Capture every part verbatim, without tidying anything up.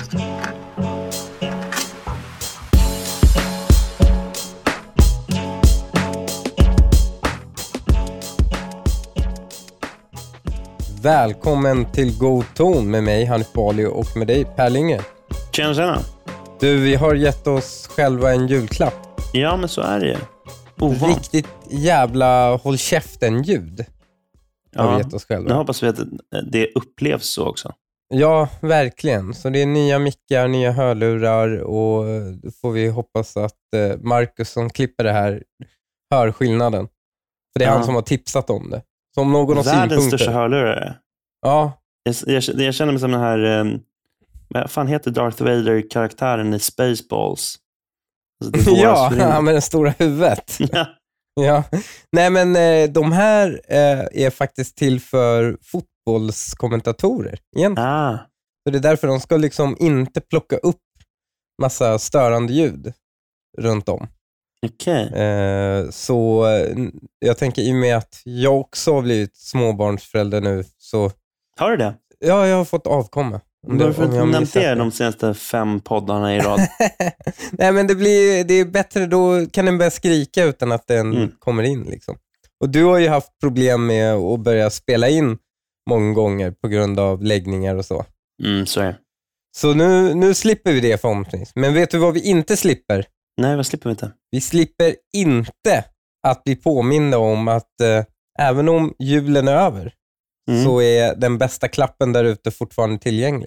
Välkommen till God Ton med mig, Hanif Bali, och med dig, Per Lindgren. Tjena, tjena. Du, vi har gett oss själva en julklapp. Ja, men så är det ju. Ovant. Riktigt jävla håll käften-ljud har vi gett oss själva. Nu hoppas vi att det upplevs så också. Ja, verkligen. Så det är nya mickar, nya hörlurar, och då får vi hoppas att Marcus som klipper det här hör skillnaden. För det är ja. han som har tipsat om det. Så om någon har Världens synpunkter. största hörlurar. Ja. Jag, jag, jag känner mig som den här... Um, vad fan heter Darth Vader-karaktären i Spaceballs? Alltså, ja, han med det stora huvudet. ja. Ja. Nej, men de här är faktiskt till för fotbollskommentatorer egentligen. Ah. Så det är därför de ska liksom inte plocka upp massa störande ljud runt om. Okej. Okay. Så jag tänker, i och med att jag också har blivit småbarnsförälder nu, så... Har du det? Ja, jag har fått avkomma. Varför har du inte nämnt det de senaste fem poddarna i rad? Nej, men det blir det är bättre, då kan den börja skrika utan att den mm. kommer in liksom. Och du har ju haft problem med att börja spela in många gånger på grund av läggningar och så. Mm, så är det. Så nu, nu slipper vi det förhoppningsvis. Men vet du vad vi inte slipper? Nej, vad slipper vi inte? Vi slipper inte att bli påminna om att eh, även om julen är över, mm. så är den bästa klappen där ute fortfarande tillgänglig.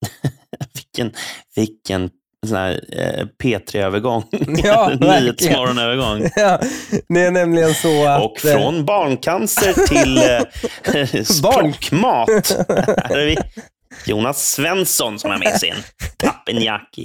vilken vilken sån här eh, P tre-övergång. Ja, Nyhetsmorgon-övergång. Ja, det är nämligen så att... Och från barncancer till eh, språkmat. Här är vi Jonas Svensson som är med sin Tappenjaki.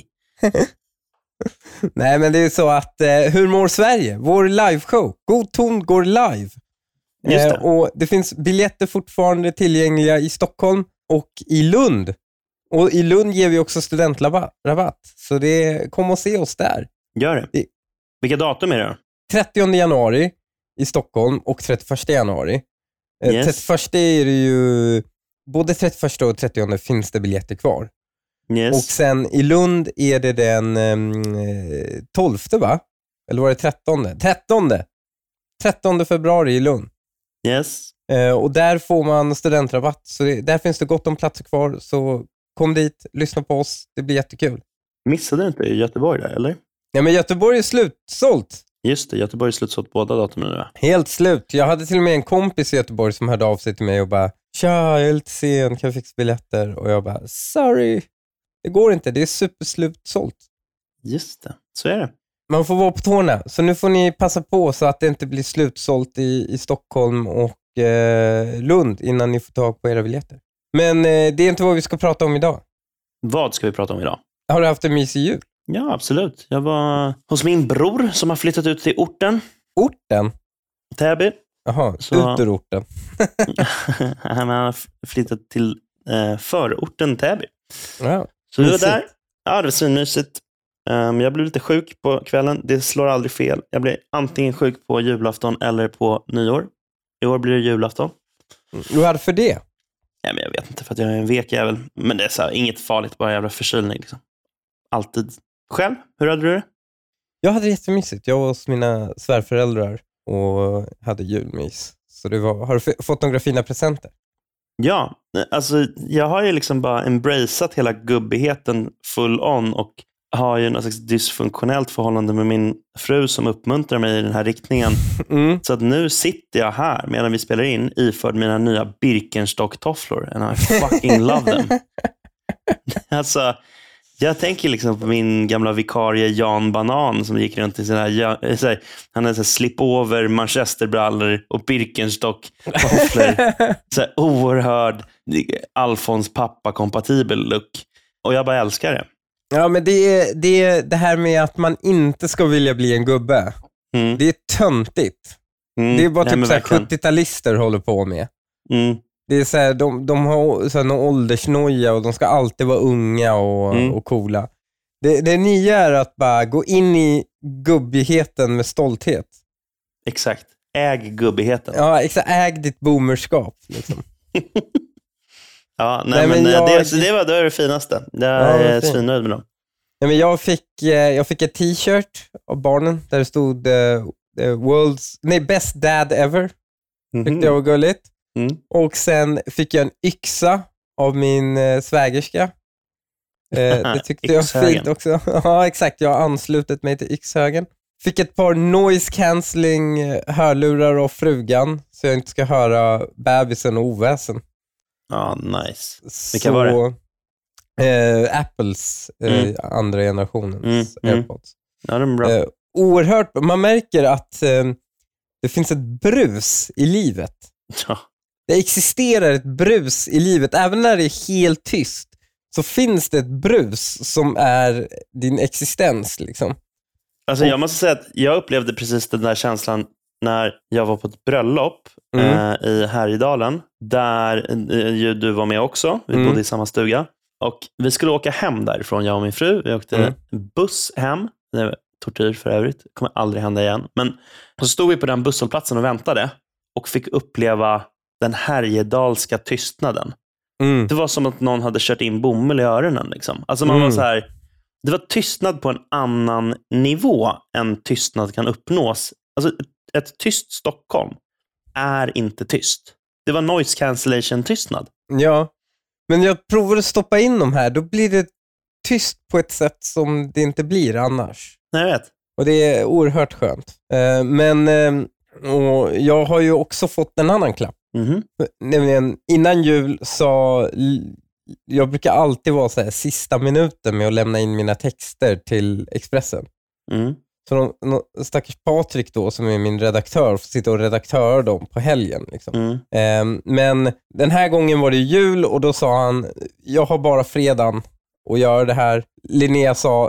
Nej, men det är så att eh, hur mår Sverige? Vår liveshow. God Ton går live. Just det. Eh, och det finns biljetter fortfarande tillgängliga i Stockholm och i Lund. Och i Lund ger vi också studentrabatt. Så det, kom och se oss där. Gör det. det. Vilka datum är det? trettionde januari i Stockholm och trettioförsta januari. Eh, yes. trettioförsta är det ju... Både trettioförsta och trettionde finns det biljetter kvar. Yes. Och sen i Lund är det den eh, tolfte, va? Eller var det trettonde? trettonde! trettonde februari i Lund. Yes. Eh, och där får man studentrabatt. Så det, där finns det gott om platser kvar. Så kom dit, lyssna på oss. Det blir jättekul. Missade du inte i Göteborg där, eller? Ja, men Göteborg är slutsålt. Just det, Göteborg är slutsålt båda datumen nu. Helt slut. Jag hade till och med en kompis i Göteborg som hörde av sig till mig och bara, tja, jag är lite sen, kan jag fixa biljetter? Och jag bara, sorry. Det går inte, det är superslutsålt. Just det, så är det. Man får vara på tårna, så nu får ni passa på så att det inte blir slutsålt i, i Stockholm och eh, Lund innan ni får tag på era biljetter. Men eh, det är inte vad vi ska prata om idag. Vad ska vi prata om idag? Har du haft en mysig jul? Ja, absolut. Jag var hos min bror som har flyttat ut till orten. Orten? Täby. Jaha, så... ut ur orten. Han har flyttat till eh, förorten Täby. Ja, så vi var där. Ja, det var så mysigt. Um, jag blev lite sjuk på kvällen. Det slår aldrig fel. Jag blev antingen sjuk på julafton eller på nyår. I år blir det julafton. Mm. Varför det? Ja, men jag vet inte, för att jag är en vekjävel. Men det är så här, inget farligt, bara jävla förkylning liksom. Alltid. Själv, hur hade du det? Jag hade det jättemysigt. Jag var hos mina svärföräldrar och hade julmys. Så det var, har du f- fått några fina presenter? Ja, alltså jag har ju liksom bara embraceat hela gubbigheten full on och har ju något slags dysfunktionellt förhållande med min fru som uppmuntrar mig i den här riktningen. Mm. Så att nu sitter jag här medan vi spelar in iförd mina nya Birkenstock-tofflor and I fucking love them. Alltså, jag tänker liksom på min gamla vikarie Jan Banan som gick runt i sina här, så här, han hade så här slip-over, manchesterbrallor och Birkenstock-tofflor. Så här oerhörd Alfons pappa-kompatibel look. Och jag bara älskar det. Ja, men det är, det är det här med att man inte ska vilja bli en gubbe. Mm. Det är töntigt. Mm. Det är bara typ Nej, så här sjuttio-talister håller på med. Mm. Det är så här, de, de har så här någon åldersnoja och de ska alltid vara unga och, mm. och coola. Det, det nya är att bara gå in i gubbigheten med stolthet. Exakt. Äg gubbigheten. Ja, exakt. Äg ditt boomerskap liksom. Ja, nej, nej men, men jag... det, det var det, var det finaste. Jag är ja, svinnöjd med dem. Nej, men jag, fick, jag fick ett t-shirt av barnen där det stod uh, world's, nej, best dad ever. Mm-hmm. Tyckte jag var gulligt. Mm. Och sen fick jag en yxa av min uh, svägerska. Uh, det tyckte jag var fint också. Ja, exakt. Jag har anslutit mig till yxhögen. Fick ett par noise cancelling hörlurar av frugan så jag inte ska höra bebisen och oväsen. Ja, ah, nice. Vilka var det? Eh, Apples eh, mm. andra generationens mm. AirPods. Ja, de är bra. Eh, oerhört. Man märker att eh, det finns ett brus i livet. Ja. Det existerar ett brus i livet. Även när det är helt tyst så finns det ett brus som är din existens liksom. Alltså jag måste säga att jag upplevde precis den där känslan när jag var på ett bröllop mm. eh, i Härjedalen där eh, du var med också. Vi mm. bodde i samma stuga. Och vi skulle åka hem därifrån, jag och min fru. Vi åkte mm. buss hem. Det var tortyr för övrigt. Det kommer aldrig hända igen. Men så stod vi på den busshållplatsen och väntade och fick uppleva den härjedalska tystnaden. Mm. Det var som att någon hade kört in bomull i öronen. Liksom. Alltså man mm. var så här... Det var tystnad på en annan nivå än tystnad kan uppnås. Alltså ett, ett tyst Stockholm är inte tyst. Det var noise cancellation tystnad. Ja, men jag provar att stoppa in dem här. Då blir det tyst på ett sätt som det inte blir annars. Nej, jag vet. Och det är oerhört skönt. Men och jag har ju också fått en annan klapp. Mm-hmm. Nämligen innan jul sa... Jag brukar alltid vara så här sista minuten med att lämna in mina texter till Expressen. Mm. Så de, de, stackars Patrik då, som är min redaktör, får sitta och redaktöra dem på helgen. Liksom. Mm. Um, men den här gången var det jul och då sa han, jag har bara fredagen och gör det här. Linnea sa,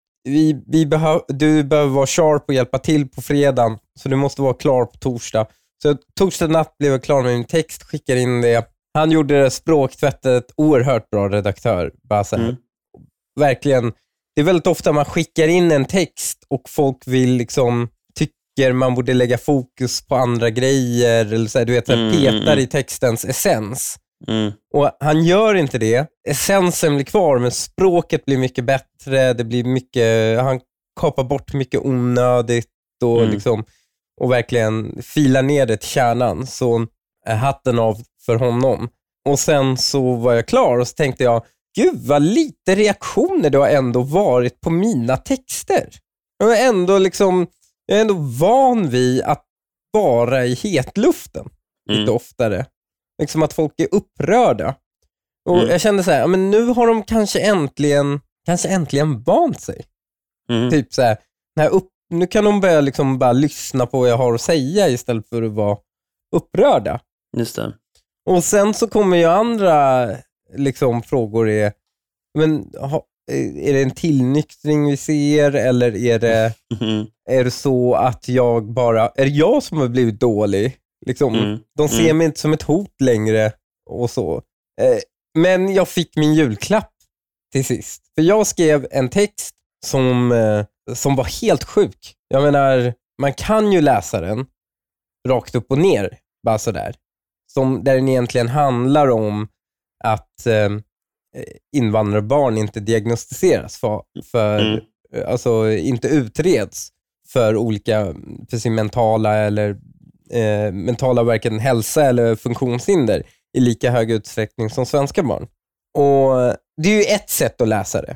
vi, vi behöv, du behöver vara sharp och hjälpa till på fredagen, så du måste vara klar på torsdag. Så torsdag natt blev jag klar med min text, skickar in det. Han gjorde det språktvättet, oerhört bra redaktör. Bara så här. Mm. Verkligen, det är väldigt ofta man skickar in en text och folk vill liksom, tycker man borde lägga fokus på andra grejer eller så här, du vet, så här, petar i textens essens. Mm. Och han gör inte det. Essensen blir kvar, men språket blir mycket bättre. Det blir mycket, han kapar bort mycket onödigt och mm. liksom, och verkligen filar ner det till kärnan. Så är hatten av för honom. Och sen så var jag klar och så tänkte jag, gud vad lite reaktioner det har ändå varit på mina texter. Jag är ändå liksom, jag är ändå van vid att vara i hetluften mm. lite oftare. Liksom att folk är upprörda. Och mm. jag kände så här, ja, men nu har de kanske äntligen kanske äntligen vant sig. Mm. Typ så här, när upp, nu kan de börja liksom bara lyssna på vad jag har att säga istället för att vara upprörda. Just det. Och sen så kommer ju andra liksom frågor är, men ha, är det en tillnyktring vi ser eller är det mm. är det så att jag bara, är det jag som har blivit dålig? Liksom, mm. de ser mm. mig inte som ett hot längre och så. Eh, men jag fick min julklapp till sist. För jag skrev en text som, eh, som var helt sjuk. Jag menar, man kan ju läsa den rakt upp och ner, bara sådär. Som, där den egentligen handlar om att eh, invandrarbarn inte diagnostiseras för, för mm. alltså inte utreds för olika, för sin mentala eller eh, mentala varken hälsa eller funktionshinder i lika hög utsträckning som svenska barn. Och det är ju ett sätt att läsa det.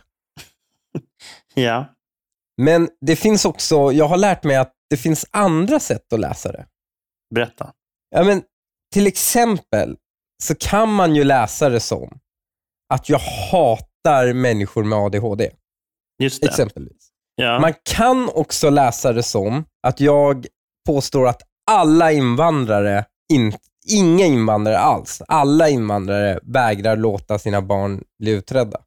Ja. Men det finns också, jag har lärt mig att det finns andra sätt att läsa det. Berätta. Ja, men till exempel så kan man ju läsa det som att jag hatar människor med A D H D. Just det. Exempelvis. Ja. Man kan också läsa det som att jag påstår att alla invandrare, in, inga invandrare alls, alla invandrare vägrar låta sina barn bli utredda.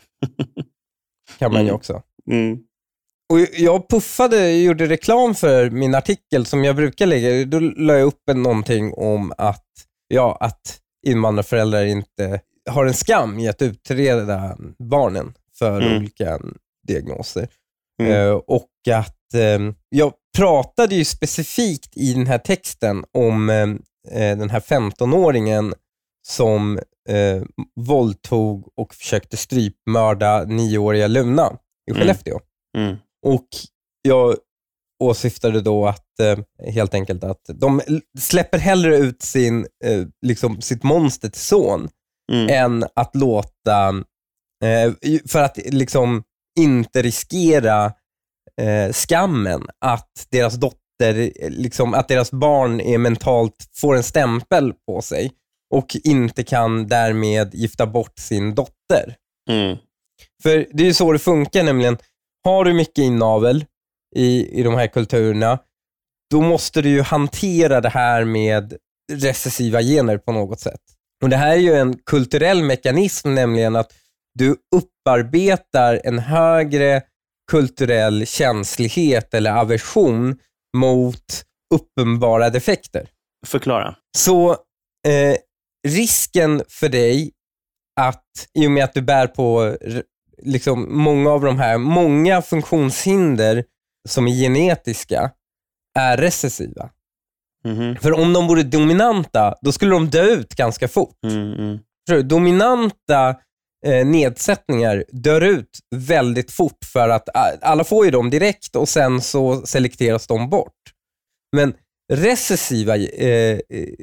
Kan man mm. ju också. Mm. Och jag puffade, gjorde reklam för min artikel som jag brukar lägga. Då la jag upp en någonting om att, ja, att invandrarföräldrar inte har en skam i att utreda barnen för mm. olika diagnoser. Mm. Uh, och att uh, jag pratade ju specifikt i den här texten om uh, den här femtonåringen som eh, våldtog och försökte strypmörda nioåriga Luna i Skellefteå. Mm. Mm. Och jag åsyftade då att eh, helt enkelt att de släpper hellre ut sin, eh, liksom, sitt monster till son mm. än att låta eh, för att liksom inte riskera eh, skammen att deras dotter, liksom, att deras barn är mentalt, får en stämpel på sig och inte kan därmed gifta bort sin dotter. Mm. För det är ju så det funkar, nämligen har du mycket inavel i, i de här kulturerna, då måste du ju hantera det här med recessiva gener på något sätt. Och det här är ju en kulturell mekanism, nämligen att du upparbetar en högre kulturell känslighet eller aversion mot uppenbara defekter. Förklara. Så eh, risken för dig att, i och med att du bär på liksom många av de här, många funktionshinder som är genetiska, är recessiva. Mm-hmm. För om de vore dominanta, då skulle de dö ut ganska fort. Mm-hmm. För dominanta eh, nedsättningar dör ut väldigt fort, för att alla får ju dem direkt och sen så selekteras de bort. Men recessiva eh,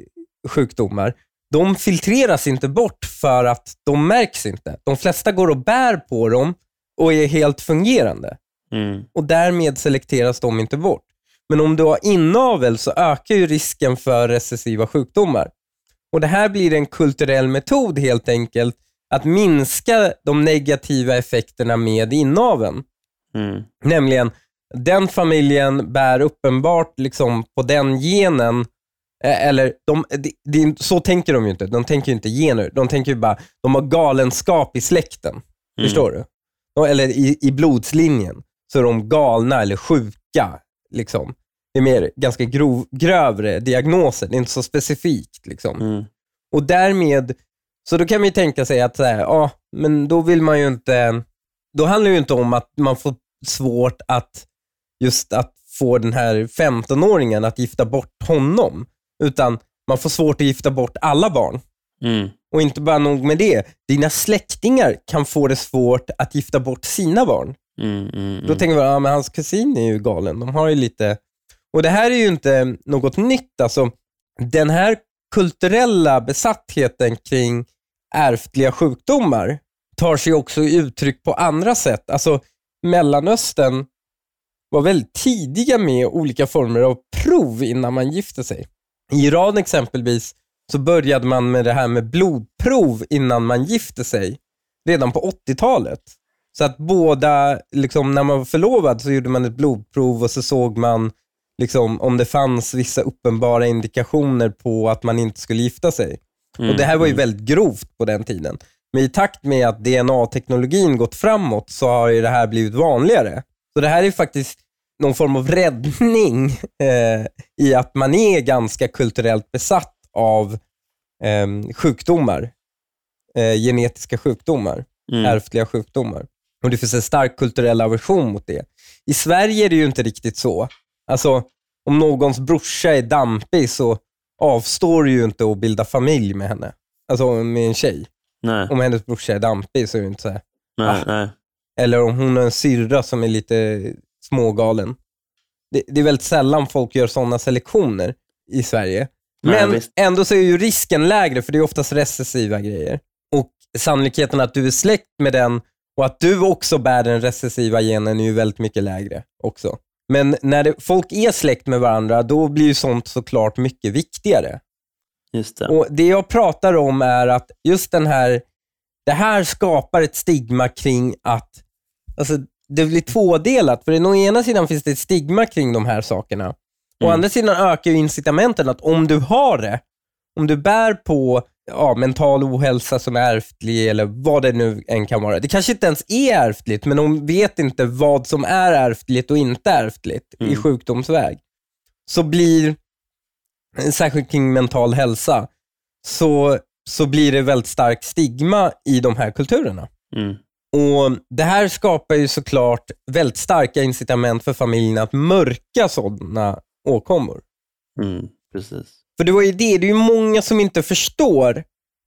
sjukdomar, de filtreras inte bort för att de märks inte. De flesta går och bär på dem och är helt fungerande. Mm. Och därmed selekteras de inte bort. Men om du har inavel så ökar ju risken för recessiva sjukdomar. Och det här blir en kulturell metod helt enkelt att minska de negativa effekterna med inaveln. Mm. Nämligen, den familjen bär uppenbart liksom på den genen. Eller de, de, de, så tänker de ju inte. De tänker ju inte gener. De tänker ju bara, de har galenskap i släkten. Mm. Förstår du? Eller i, i blodslinjen så är de galna eller sjuka. Liksom. Det är mer ganska grov, grövre diagnoser. Det är inte så specifikt. Liksom. Mm. Och därmed, så då kan man ju tänka sig att så här, ja, men då vill man ju inte, då handlar det ju inte om att man får svårt att just att få den här femtonåringen att gifta bort honom. Utan man får svårt att gifta bort alla barn. Mm. Och inte bara nog med det. Dina släktingar kan få det svårt att gifta bort sina barn. Mm, mm, mm. Då tänker man, ja, men hans kusin är ju galen. De har ju lite... Och det här är ju inte något nytt. Alltså, den här kulturella besattheten kring ärftliga sjukdomar tar sig också uttryck på andra sätt. Alltså, Mellanöstern var väldigt tidiga med olika former av prov innan man gifte sig. I Iran exempelvis så började man med det här med blodprov innan man gifte sig redan på åttiotalet. Så att båda, liksom, när man var förlovad så gjorde man ett blodprov och så såg man liksom, om det fanns vissa uppenbara indikationer på att man inte skulle gifta sig. Mm. Och det här var ju väldigt grovt på den tiden. Men i takt med att D N A-teknologin gått framåt så har ju det här blivit vanligare. Så det här är faktiskt någon form av räddning eh, i att man är ganska kulturellt besatt av eh, sjukdomar. Eh, genetiska sjukdomar. Mm. Ärftliga sjukdomar. Och det finns en stark kulturell aversion mot det. I Sverige är det ju inte riktigt så. Alltså, om någons brorsa är dampig så avstår du ju inte att bilda familj med henne. Alltså med en tjej. Nej. Om hennes brorsa är dampig så är det inte så här. Nej, ah. nej. Eller om hon har en syrra som är lite smågalen. Det, det är väldigt sällan folk gör sådana selektioner i Sverige. Men nej, ändå så är ju risken lägre, för det är oftast recessiva grejer. Och sannolikheten att du är släkt med den och att du också bär den recessiva genen är ju väldigt mycket lägre också. Men när det, folk är släkt med varandra, då blir ju sånt såklart mycket viktigare. Just det. Och det jag pratar om är att just den här, det här skapar ett stigma kring att, alltså det blir tvådelat. För å ena sidan finns det ett stigma kring de här sakerna. Mm. Å andra sidan ökar ju incitamenten att om du har det, om du bär på ja, mental ohälsa som är ärftlig eller vad det nu än kan vara. Det kanske inte ens är ärftligt, men de vet inte vad som är ärftligt och inte ärftligt mm. i sjukdomsväg. Så blir, särskilt kring mental hälsa, så, så blir det väldigt starkt stigma i de här kulturerna. Mm. Och det här skapar ju såklart väldigt starka incitament för familjen att mörka sådana åkommor. Mm, precis. För det var ju det, det är ju många som inte förstår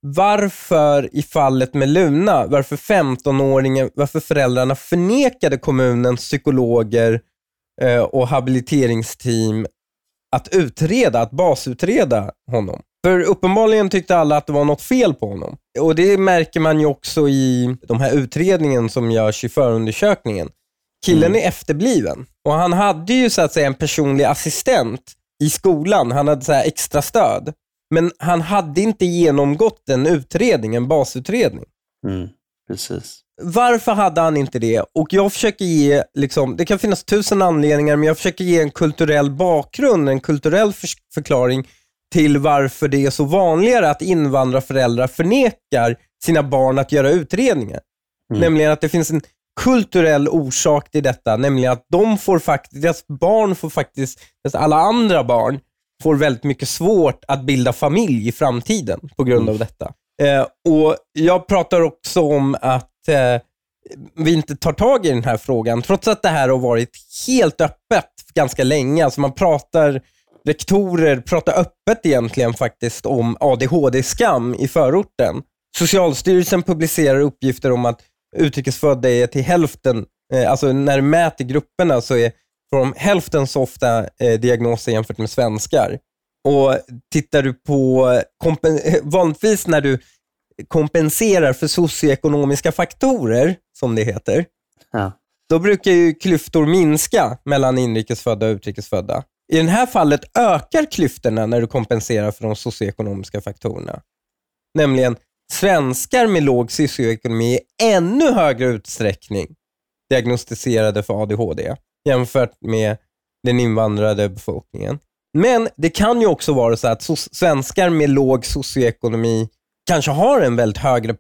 varför i fallet med Luna, varför femtonåringen, varför föräldrarna förnekade kommunens psykologer eh, och habiliteringsteam att utreda, att basutreda honom. För uppenbarligen tyckte alla att det var något fel på honom. Och det märker man ju också i de här utredningen som görs i förundersökningen. Killen mm. är efterbliven. Och han hade ju så att säga en personlig assistent i skolan. Han hade så här extra stöd. Men han hade inte genomgått en utredning, en basutredning. Mm, precis. Varför hade han inte det? Och jag försöker ge, liksom, det kan finnas tusen anledningar, men jag försöker ge en kulturell bakgrund, en kulturell för- förklaring till varför det är så vanligare att invandrarföräldrar förnekar sina barn att göra utredningar. Mm. Nämligen att det finns en kulturell orsak till detta, nämligen att de får faktiskt, deras barn får faktiskt, alla andra barn får väldigt mycket svårt att bilda familj i framtiden på grund av detta. Eh, och jag pratar också om att eh, vi inte tar tag i den här frågan, trots att det här har varit helt öppet ganska länge. Alltså man pratar, rektorer pratar öppet egentligen faktiskt om A D H D-skam i förorten. Socialstyrelsen publicerar uppgifter om att utrikesfödda är till hälften, eh, alltså när du mäter grupperna så är de hälften så ofta eh, diagnoser jämfört med svenskar. Och tittar du på, kompen- vanligtvis när du kompenserar för socioekonomiska faktorer, som det heter, ja. då brukar ju klyftor minska mellan inrikesfödda och utrikesfödda. I det här fallet ökar klyftorna när du kompenserar för de socioekonomiska faktorerna. Nämligen svenskar med låg socioekonomi i ännu högre utsträckning diagnostiserade för A D H D jämfört med den invandrade befolkningen. Men det kan ju också vara så att so- svenskar med låg socioekonomi kanske har en väldigt högre,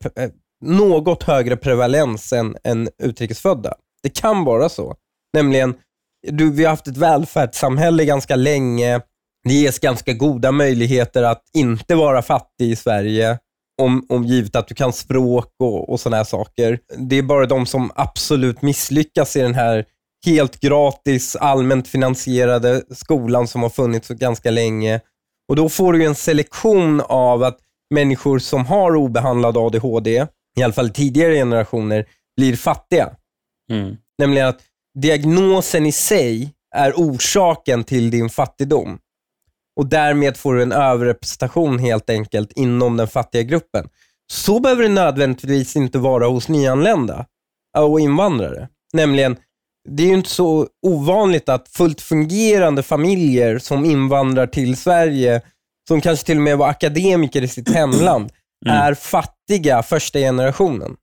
något högre prevalens än, än utrikesfödda. Det kan vara så. Nämligen, du, vi har haft ett välfärdssamhälle ganska länge. Det ges ganska goda möjligheter att inte vara fattig i Sverige. Om, om givet att du kan språk och, och såna här saker. Det är bara de som absolut misslyckas i den här helt gratis, allmänt finansierade skolan som har funnits så ganska länge. Och då får du en selektion av att människor som har obehandlad A D H D, i alla fall tidigare generationer, blir fattiga. Mm. Nämligen att diagnosen i sig är orsaken till din fattigdom. Och därmed får du en överrepresentation helt enkelt inom den fattiga gruppen. Så behöver det nödvändigtvis inte vara hos nyanlända och invandrare. Nämligen, det är ju inte så ovanligt att fullt fungerande familjer som invandrar till Sverige, som kanske till och med var akademiker i sitt hemland, mm. är fattiga första generationen.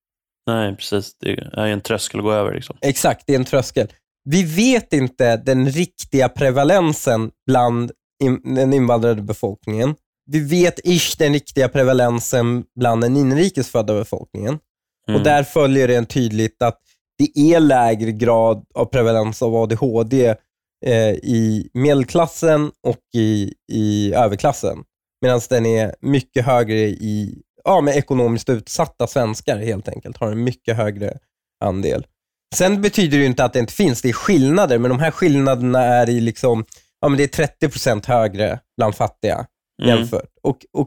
Nej, precis. Det är en tröskel att gå över. Liksom. Exakt, det är en tröskel. Vi vet inte den riktiga prevalensen bland in, den invandrade befolkningen. Vi vet ish den riktiga prevalensen bland den inrikesfödda befolkningen. Mm. Och där följer det en tydligt att det är lägre grad av prevalens av A D H D eh, i medelklassen och i, i överklassen. Medan den är mycket högre i ja, med ekonomiskt utsatta svenskar helt enkelt. Har en mycket högre andel. Sen betyder det ju inte att det inte finns. Det är skillnader, men de här skillnaderna är i liksom, ja, men det är trettio procent högre bland fattiga mm. jämfört. Och, och,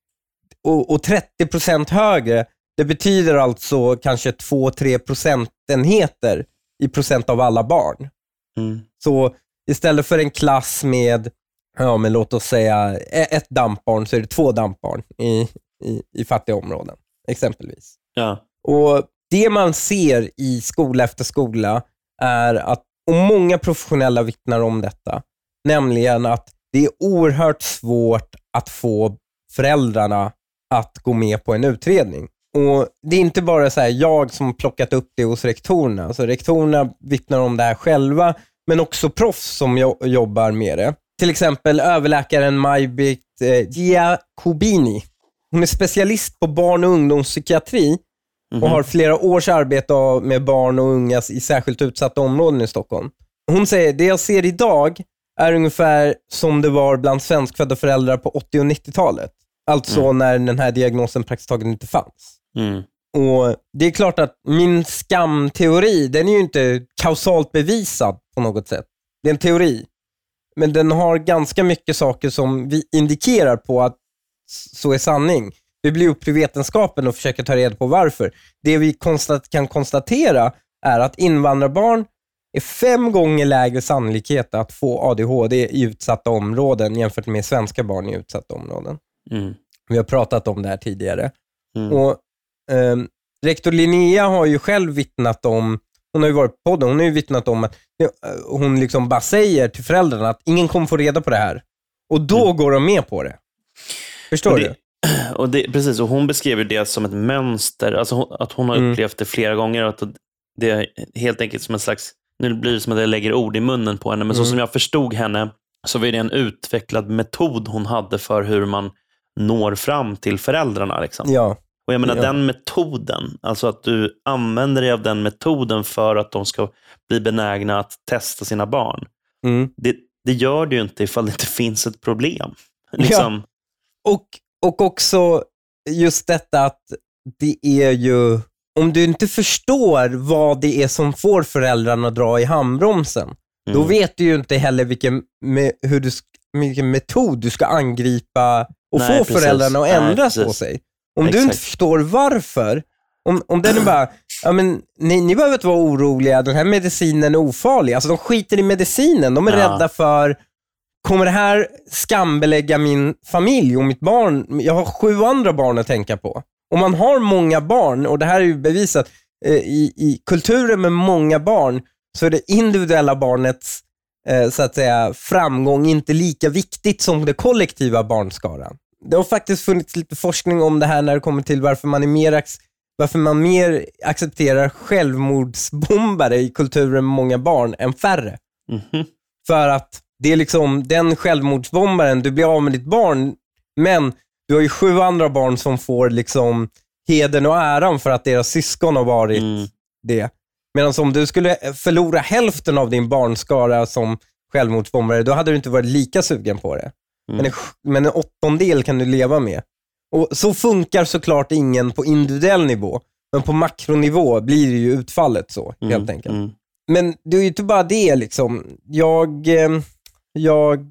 och, och trettio procent högre, det betyder alltså kanske två till tre procentenheter i procent av alla barn. Mm. Så istället för en klass med, ja, men låt oss säga ett dampbarn, så är det två dampbarn i, i, i fattiga områden, exempelvis. Ja. Och det man ser i skola efter skola är att, och många professionella vittnar om detta, nämligen att det är oerhört svårt att få föräldrarna att gå med på en utredning. Och det är inte bara så här jag som plockat upp det hos rektorerna. Alltså rektorerna vittnar om det här själva, men också proffs som jo- jobbar med det. Till exempel överläkaren Maj-Britt eh, Giacobini. Hon är specialist på barn- och ungdomspsykiatri mm-hmm. och har flera års arbete med barn och unga i särskilt utsatta områden i Stockholm. Hon säger, det jag ser idag är ungefär som det var bland svenskfödda föräldrar på åttio- och nittiotalet. Alltså mm. när den här diagnosen praktiskt taget inte fanns. Mm. Och det är klart att min skamteori, den är ju inte kausalt bevisad på något sätt. Det är en teori. Men den har ganska mycket saker som vi indikerar på att så är sanning. vi blir upp i vetenskapen och försöker ta reda på varför. Det vi konstat- kan konstatera är att invandrarbarn är fem gånger lägre sannolikhet att få A D H D i utsatta områden jämfört med svenska barn i utsatta områden. Mm. Vi har pratat om det här tidigare. Mm. Och eh, rektor Linnea har ju själv vittnat om, hon har ju varit på podden, hon har ju vittnat om att hon liksom bara säger till föräldrarna att ingen kommer få reda på det här. Och då mm. går de med på det. Förstår och det, du? Och det, precis, och hon beskriver det som ett mönster. Alltså att hon har upplevt mm. det flera gånger. Att det är helt enkelt som en slags, nu blir det som att jag lägger ord i munnen på henne. Men mm. så som jag förstod henne så var det en utvecklad metod hon hade för hur man når fram till föräldrarna. Liksom. Ja. Och jag menar ja. den metoden, alltså att du använder dig av den metoden för att de ska bli benägna att testa sina barn. Mm. Det, det gör du ju inte ifall det inte finns ett problem. Liksom. Ja. Och, och också just detta att det är ju, om du inte förstår vad det är som får föräldrarna att dra i handbromsen, mm. då vet du ju inte heller vilken, med, hur du, vilken metod du ska angripa och Nej, få precis. föräldrarna att ändra Nej, på sig. Om Exakt. du inte förstår varför, om, om den är bara, ja men ni, ni behöver inte vara oroliga, den här medicinen är ofarlig. Alltså de skiter i medicinen, de är ja. rädda för, kommer det här skambelägga min familj och mitt barn? Jag har sju andra barn att tänka på. Om man har många barn, och det här är ju bevisat, eh, i, i kulturen med många barn så är det individuella barnets eh, så att säga, framgång inte lika viktigt som det kollektiva barnskaran. Det har faktiskt funnits lite forskning om det här när det kommer till varför man är mer varför man mer accepterar självmordsbombare i kulturen med många barn än färre. Mm-hmm. För att det är liksom den självmordsbombaren, du blir av med ditt barn, men du har ju sju andra barn som får liksom hedern och äran för att deras syskon har varit mm. det. Medan om du skulle förlora hälften av din barnskara som självmordsbombare, då hade du inte varit lika sugen på det. Mm. Men, en, men en åttondel kan du leva med. Och så funkar såklart ingen på individuell nivå. Men på makronivå blir det ju utfallet så, mm. helt enkelt. Mm. Men det är ju inte bara det liksom. Jag, jag,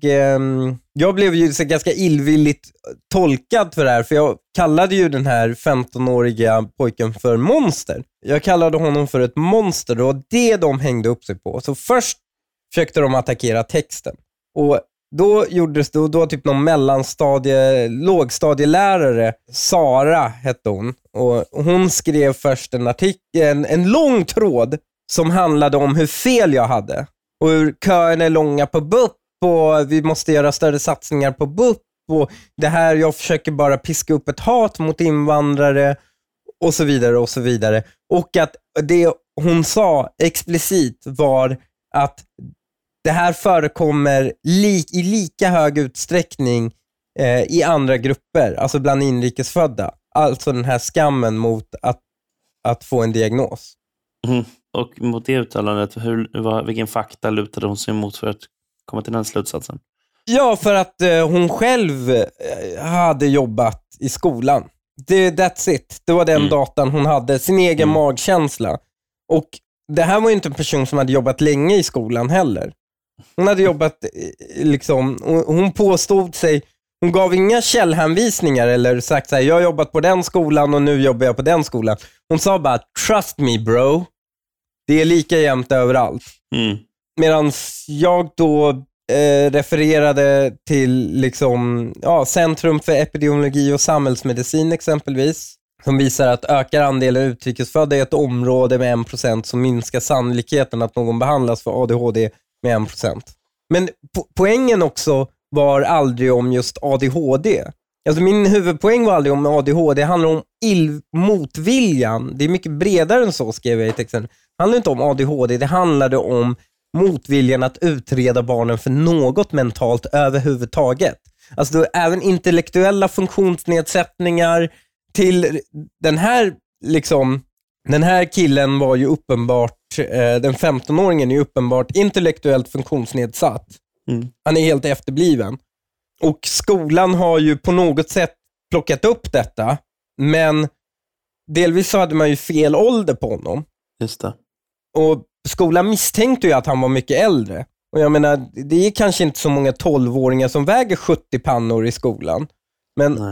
jag blev ju så ganska illvilligt tolkad för det här. För jag kallade ju den här femtonåriga pojken för monster. Jag kallade honom för ett monster och det de hängde upp sig på. Så först försökte de attackera texten. Och då gjordes det, och då typ någon mellanstadie, lågstadielärare, Sara hette hon. Och hon skrev först en artikel, en, en lång tråd som handlade om hur fel jag hade. Och hur köerna är långa på B U P och vi måste göra större satsningar på B U P. Och det här, jag försöker bara piska upp ett hat mot invandrare och så vidare och så vidare. Och att det hon sa explicit var att det här förekommer li- i lika hög utsträckning eh, i andra grupper, alltså bland inrikesfödda. Alltså den här skammen mot att, att få en diagnos. Mm. Och mot det uttalandet, hur, vad, vilken fakta lutade hon sig emot för att komma till den slutsatsen? Ja, för att eh, hon själv eh, hade jobbat i skolan. Det, that's it. Det var den mm. datan hon hade, sin egen mm. magkänsla. Och det här var ju inte en person som hade jobbat länge i skolan heller. Hon hade jobbat liksom, hon påstod sig, hon gav inga källhänvisningar eller sagt så här, jag har jobbat på den skolan och nu jobbar jag på den skolan. Hon sa bara, trust me bro, det är lika jämnt överallt. Mm. Medan jag då eh, refererade till liksom, ja, Centrum för epidemiologi och samhällsmedicin exempelvis, som visar att ökar andelen utrikesfödda i ett område med en procent så minskar sannolikheten att någon behandlas för A D H D med en procent. Men po- poängen också var aldrig om just A D H D. Alltså min huvudpoäng var aldrig om A D H D. Det handlar om ill- motviljan. Det är mycket bredare än så, skrev jag i texten. Det handlar inte om A D H D. Det handlade om motviljan att utreda barnen för något mentalt överhuvudtaget. Alltså då, även intellektuella funktionsnedsättningar till den här liksom, den här killen var ju uppenbart, eh, den femtonåringen är ju uppenbart intellektuellt funktionsnedsatt. Mm. Han är helt efterbliven. Och skolan har ju på något sätt plockat upp detta, men delvis så hade man ju fel ålder på honom. Just det. Och skolan misstänkte ju att han var mycket äldre. Och jag menar, det är kanske inte så många tolvåringar som väger sjuttio pannor i skolan. Men Nej.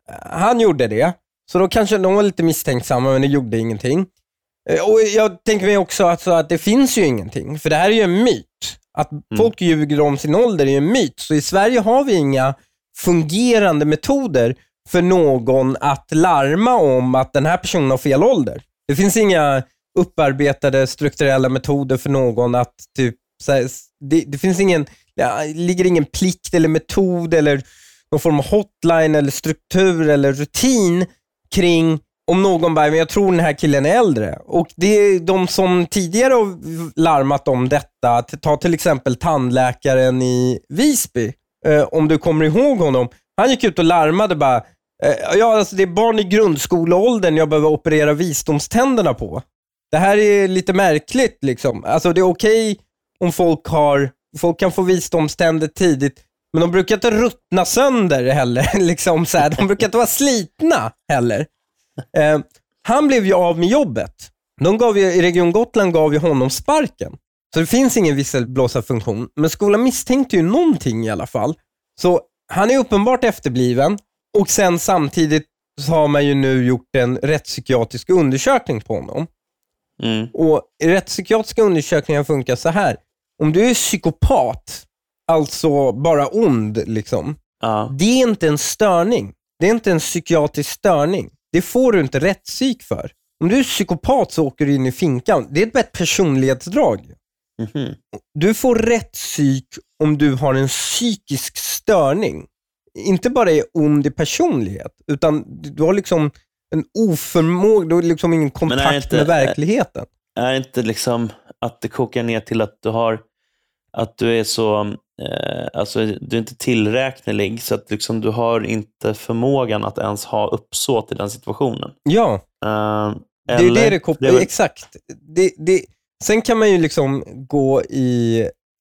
han gjorde det. Så då kanske de var lite misstänksamma, men det gjorde ingenting. Och jag tänker mig också att, så att det finns ju ingenting. För det här är ju en myt. Att mm. folk ljuger om sin ålder är ju en myt. Så i Sverige har vi inga fungerande metoder för någon att larma om att den här personen har fel ålder. Det finns inga upparbetade strukturella metoder för någon att typ, så här, det, det finns ingen, ja, ligger ingen plikt eller metod eller någon form av hotline eller struktur eller rutin kring om någon bara, men jag tror den här killen är äldre. Och det är de som tidigare har larmat om detta, ta till exempel tandläkaren i Visby, eh, om du kommer ihåg honom. Han gick ut och larmade bara, eh, ja alltså det är barn i grundskoleåldern jag behöver operera visdomständerna på. Det här är lite märkligt liksom. Alltså det är okej om folk har, folk kan få visdomständer tidigt, men de brukar inte ruttna sönder heller. liksom så här. De brukar inte vara slitna heller. Eh, han blev ju av med jobbet. De gav ju, i Region Gotland gav ju honom sparken. Så det finns ingen visselblåsarfunktion. Men skolan misstänkte ju någonting i alla fall. Så han är uppenbart efterbliven. Och sen samtidigt så har man ju nu gjort en rättspsykiatrisk undersökning på honom. Mm. Och rättspsykiatriska undersökningar funkar så här. Om du är psykopat, alltså bara ond liksom. Uh. Det är inte en störning. Det är inte en psykiatrisk störning. Det får du inte rättspsyk för. Om du är psykopat så åker du in i finkan. Det är ett personlighetsdrag. Mm-hmm. Du får rättspsyk om du har en psykisk störning. Inte bara är ond i personlighet, utan du har liksom en oförmåga, du har liksom ingen kontakt inte, med verkligheten. Är, är inte liksom att det kokar ner till att du har att du är så eh, alltså du är inte tillräknelig, så att liksom du har inte förmågan att ens ha uppsåt i den situationen. Ja. Uh, det är det det kopplar, det... exakt. Det, det, sen kan man ju liksom gå i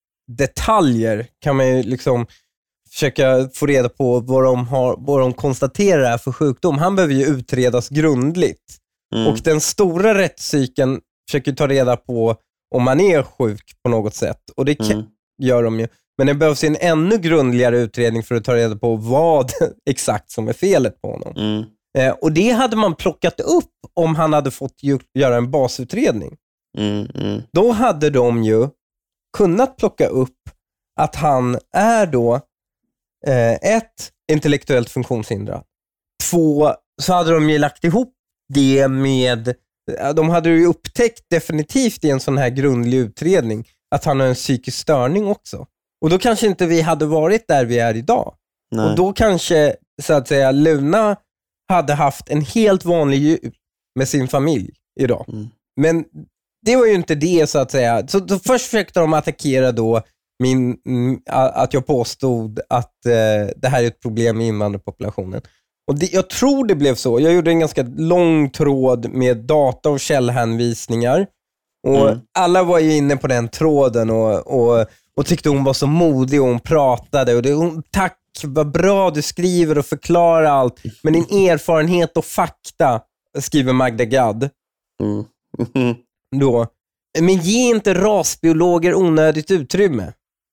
detaljer, kan man ju liksom försöka få reda på vad de, har, vad de konstaterar är för sjukdom. Han behöver ju utredas grundligt. Mm. Och den stora rättspsyken försöker ta reda på om man är sjuk på något sätt. Och det mm. gör de ju. Men det behövs en ännu grundligare utredning för att ta reda på vad exakt som är felet på honom. Mm. Eh, och det hade man plockat upp om han hade fått ju, göra en basutredning. Mm. Mm. Då hade de ju kunnat plocka upp att han är då eh, ett, intellektuellt funktionshindrad. Två, så hade de ju lagt ihop det med, de hade ju upptäckt definitivt i en sån här grundlig utredning att han har en psykisk störning också. Och då kanske inte vi hade varit där vi är idag. Nej. Och då kanske, så att säga, Luna hade haft en helt vanlig jul med sin familj idag. Mm. Men det var ju inte det, så att säga. Så då först försökte de attackera då min, att jag påstod att eh, det här är ett problem i invandrarpopulationen. Och det, jag tror det blev så. Jag gjorde en ganska lång tråd med data och källhänvisningar. Och mm. alla var ju inne på den tråden och, och, och tyckte hon var så modig och hon pratade. Och det, hon, tack, vad bra du skriver och förklarar allt. Men din erfarenhet och fakta, skriver Magda Gad. Mm. Mm. Då. Men ge inte rasbiologer onödigt utrymme.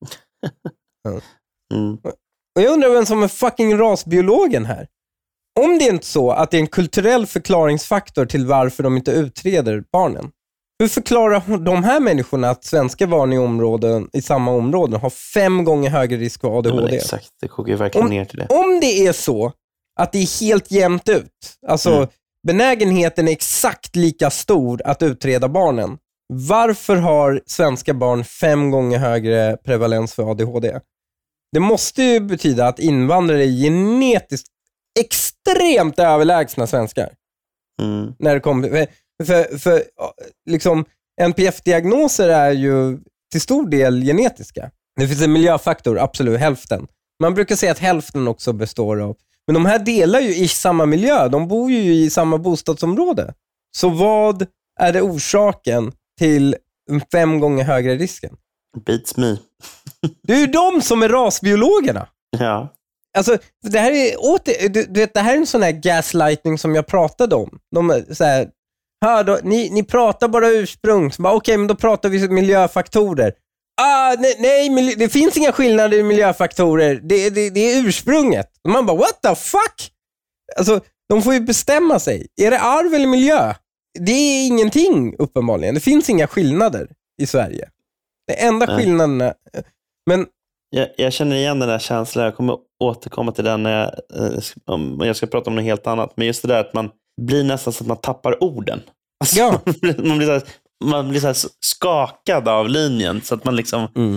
Ja. Mm. Och jag undrar vem som är fucking rasbiologen här. Om det är inte så att det är en kulturell förklaringsfaktor till varför de inte utreder barnen. Hur förklarar de här människorna att svenska barn i, områden, i samma områden har fem gånger högre risk för A D H D? Ja, exakt, det kokar verkligen om, ner till det. Om det är så att det är helt jämnt ut, alltså mm. benägenheten är exakt lika stor att utreda barnen. Varför har svenska barn fem gånger högre prevalens för A D H D? Det måste ju betyda att invandrare är genetiskt extremt överlägsna svenskar. Mm. När det kommer, för, för, för liksom, N P F-diagnoser är ju till stor del genetiska. Det finns en miljöfaktor, absolut hälften. Man brukar säga att hälften också består av. Men de här delar ju i samma miljö. De bor ju i samma bostadsområde. Så vad är det orsaken till fem gånger högre risken? Beats me. Det är ju de som är rasbiologerna. Ja. Alltså, det här är åter, du, du vet, det här är en sån här gaslighting som jag pratade om. De så här, hör då, ni, ni pratar bara ursprung. Okej, okay, men då pratar vi miljöfaktorer. Ah, nej, nej, det finns inga skillnader i miljöfaktorer. Det, det, det är ursprunget. Och man bara, what the fuck? Alltså, de får ju bestämma sig. Är det arv eller miljö? Det är ingenting uppenbarligen. Det finns inga skillnader i Sverige. Det enda Nej. skillnaden är... Men... Jag, jag känner igen den där känslan. Jag kommer återkomma till den när jag, om jag ska prata om något helt annat. Men just det där att man blir nästan så att man tappar orden. Alltså, ja. man blir så här, man blir så här skakad av linjen så att man liksom mm.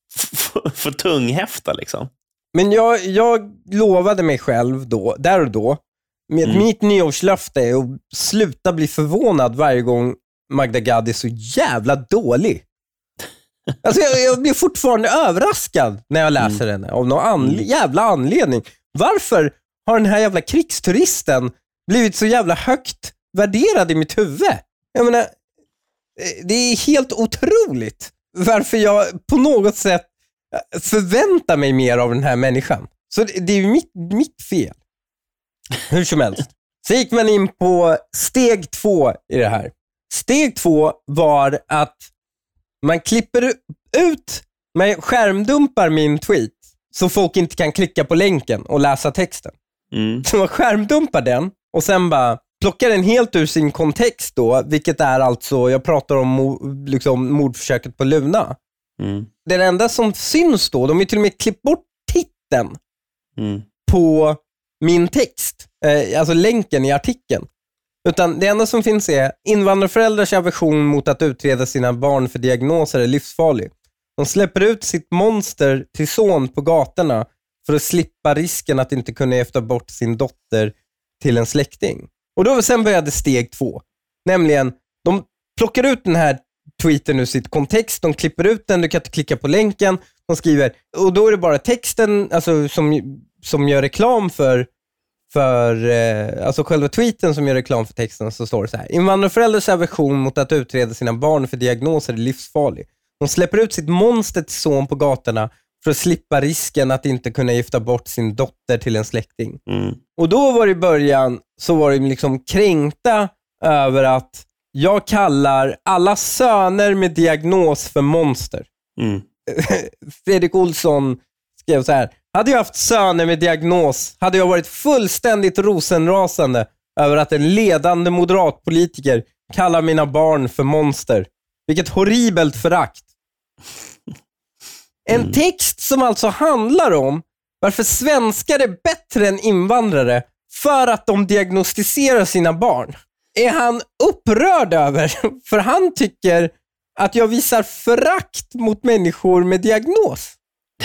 får tunghäfta liksom. Men jag, jag lovade mig själv då, där och då, med mm. mitt nyårslöfte är att sluta bli förvånad varje gång Magda Gad är så jävla dålig. Alltså jag, jag blir fortfarande överraskad när jag läser mm. henne av någon anle- mm. jävla anledning. Varför har den här jävla krigsturisten blivit så jävla högt värderad i mitt huvud? Jag menar, det är helt otroligt varför jag på något sätt förväntar mig mer av den här människan. Så det, det är ju mitt, mitt fel. Hur som helst. Så gick man in på steg två i det här. Steg två var att man klipper ut, man skärmdumpar min tweet så folk inte kan klicka på länken och läsa texten. Mm. Så man skärmdumpar den och sen bara plockar den helt ur sin kontext då, vilket är alltså, jag pratar om liksom, mordförsöket på Luna. Mm. Den enda som syns då, de har till och med klippt bort titeln mm. på min text, eh, alltså länken i artikeln. Utan det enda som finns är invandrarföräldrars aversion mot att utreda sina barn för diagnoser är livsfarlig. De släpper ut sitt monster till son på gatorna för att slippa risken att inte kunna gifta bort sin dotter till en släkting. Och då sen började steg två. Nämligen, de plockar ut den här tweeten ur sitt kontext, de klipper ut den, du kan inte klicka på länken, de skriver, och då är det bara texten alltså, som, som gör reklam för för eh, alltså själva tweeten som gör reklam för texten, så står det så här: invandrarföräldrars aversion mot att utreda sina barn för diagnoser är livsfarlig. De släpper ut sitt monster till son på gatorna för att slippa risken att inte kunna gifta bort sin dotter till en släkting. Mm. Och då var det i början så var det liksom kränkta över att jag kallar alla söner med diagnos för monster. Mm. Fredrik Olsson skrev så här: hade jag haft söner med diagnos hade jag varit fullständigt rosenrasande över att en ledande moderatpolitiker kallar mina barn för monster. Vilket horribelt förakt. En mm. text som alltså handlar om varför svenskar är bättre än invandrare för att de diagnostiserar sina barn. Är han upprörd över, för han tycker att jag visar förakt mot människor med diagnos.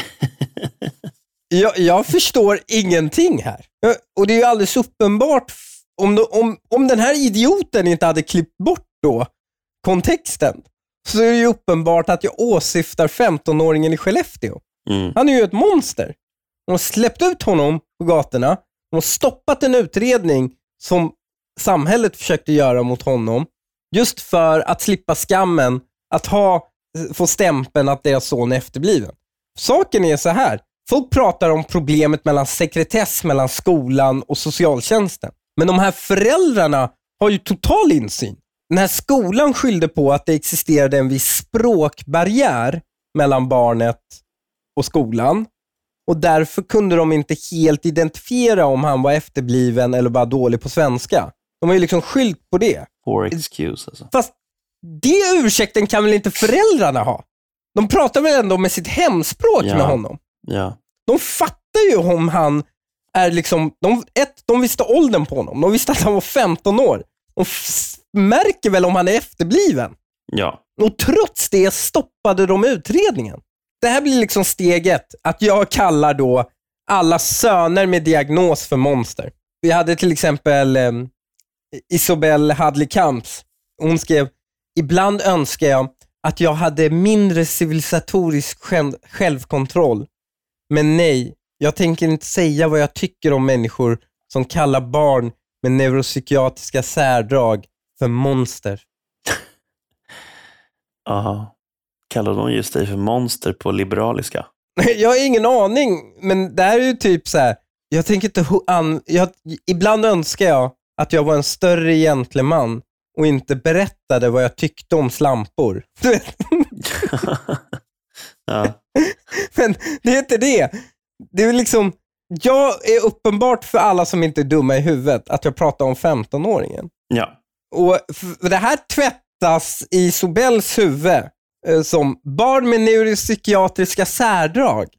Jag, jag förstår ingenting här. Och det är ju alldeles uppenbart, om, de, om, om den här idioten inte hade klippt bort då kontexten, så är det ju uppenbart att jag åsyftar femtonåringen i Skellefteå. Mm. Han är ju ett monster. De har släppt ut honom på gatorna. De har stoppat en utredning som samhället försökte göra mot honom, just för att slippa skammen att ha, få stämpeln att deras son är efterbliven. Saken är så här: folk pratar om problemet mellan sekretess mellan skolan och socialtjänsten. Men de här föräldrarna har ju total insyn. Den här skolan skyllde på att det existerade en viss språkbarriär mellan barnet och skolan. Och därför kunde de inte helt identifiera om han var efterbliven eller bara dålig på svenska. De har ju liksom skyllt på det. Poor excuse alltså. Fast det ursäkten kan väl inte föräldrarna ha? De pratar väl ändå med sitt hemspråk ja. med honom. Ja. De fattar ju om han är liksom... De, ett, de visste åldern på honom. De visste att han var femton år. De f- märker väl om han är efterbliven. Ja. Och trots det stoppade de utredningen. Det här blir liksom steget. Att jag kallar då alla söner med diagnos för monster. Vi hade till exempel eh, Isobel Hadley Kamps. Hon skrev: ibland önskar jag att jag hade mindre civilisatorisk själv- självkontroll. Men nej, jag tänker inte säga vad jag tycker om människor som kallar barn med neuropsykiatriska särdrag för monster. Aha. Kallar de just dig för monster på liberaliska? Jag har ingen aning, men det här är ju typ så här. Jag tänker inte an, jag, ibland önskar jag att jag var en större gentleman och inte berättade vad jag tyckte om slampor. Du vet? Ja. Men det är inte det. Det är liksom, jag är uppenbart för alla som inte är dumma i huvudet att jag pratar om femtonåringen. Ja. Och det här tvättas i Sobels huvud eh, som barn med neuropsykiatriska särdrag.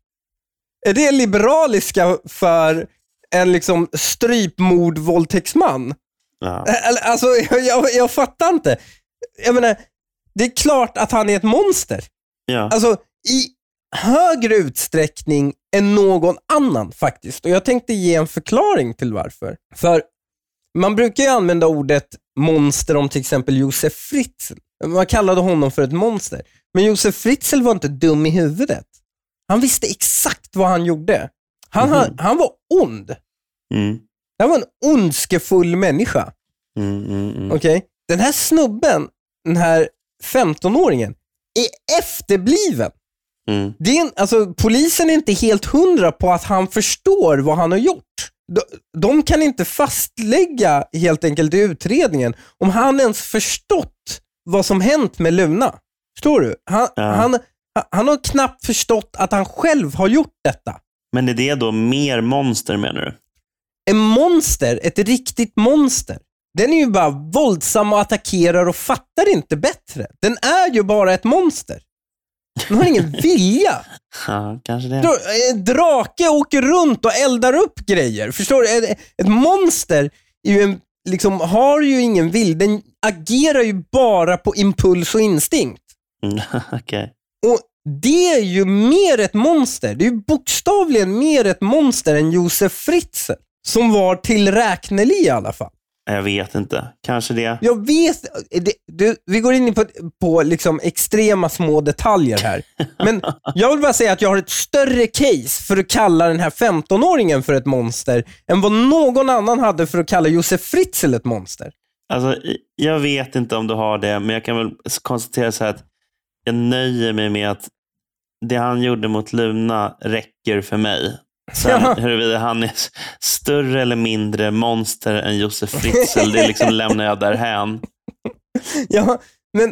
Är det liberaliska för en liksom strypmord våldtäktsman? Ja. Alltså, jag, jag, jag fattar inte. Jag menar, det är klart att han är ett monster. Ja. Alltså, i högre utsträckning än någon annan faktiskt. Och jag tänkte ge en förklaring till varför. För man brukar ju använda ordet monster om till exempel Josef Fritzl. Man kallade honom för ett monster. Men Josef Fritzl var inte dum i huvudet. Han visste exakt vad han gjorde. Han, mm. han, han var ond. Mm. Han var en ondskefull människa. Mm, mm, mm. Okej? Okay? Den här snubben, den här femtonåringen, är efterbliven. Mm. Det är en, alltså, polisen är inte helt hundra på att han förstår vad han har gjort. De, de kan inte fastlägga helt enkelt i utredningen om han ens förstått vad som hänt med Luna. Förstår du? Han, ja. han, han har knappt förstått att han själv har gjort detta. Men är det då mer monster, menar du? En monster, ett riktigt monster. Den är ju bara våldsam och attackerar och fattar inte bättre. Den är ju bara ett monster. Den har ingen vilja. Ja, kanske det. En drake åker runt och eldar upp grejer. Förstår du? Ett, ett monster är ju en, liksom, har ju ingen vilja. Den agerar ju bara på impuls och instinkt. Mm, okay. Och det är ju mer ett monster. Det är ju bokstavligen mer ett monster än Josef Fritzl. Som var tillräknelig i alla fall. Jag vet inte. Kanske det. Jag vet. Det, det, vi går in på, på liksom extrema små detaljer här. Men jag vill bara säga att jag har ett större case för att kalla den här femtonåringen för ett monster än vad någon annan hade för att kalla Josef Fritzl ett monster. Alltså, jag vet inte om du har det, men jag kan väl konstatera så här att jag nöjer mig med att det han gjorde mot Luna räcker för mig. Sen ja. Huruvida han är större eller mindre monster än Josef Fritzl, det liksom lämnar jag därhän. Ja, men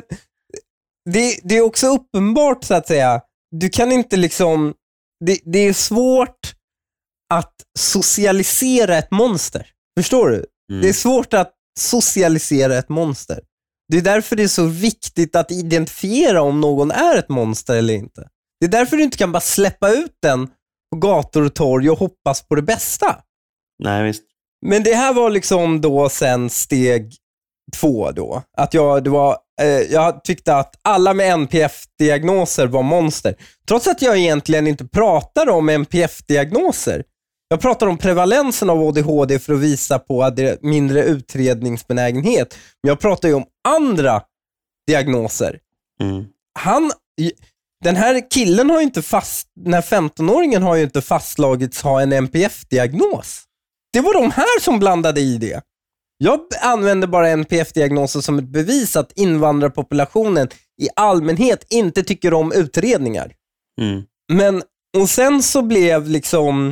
det, det är också uppenbart så att säga. Du kan inte liksom, det, det är svårt att socialisera ett monster. Förstår du? Mm. Det är svårt att socialisera ett monster. Det är därför det är så viktigt att identifiera om någon är ett monster eller inte. Det är därför du inte kan bara släppa ut den på gator och torg och hoppas på det bästa. Nej, visst. Men det här var liksom då sen steg två då. Att jag, det var, eh, jag tyckte att alla med N P F-diagnoser var monster. Trots att jag egentligen inte pratar om N P F-diagnoser. Jag pratar om prevalensen av A D H D för att visa på att det är mindre utredningsbenägenhet. Men jag pratar ju om andra diagnoser. Mm. Han... Den här killen har ju inte fast, den här femtonåringen har ju inte fastslagits ha en N P F-diagnos. Det var de här som blandade i det. Jag använder bara N P F-diagnoser som ett bevis att invandrarpopulationen i allmänhet inte tycker om utredningar. Mm. Men, och sen så blev liksom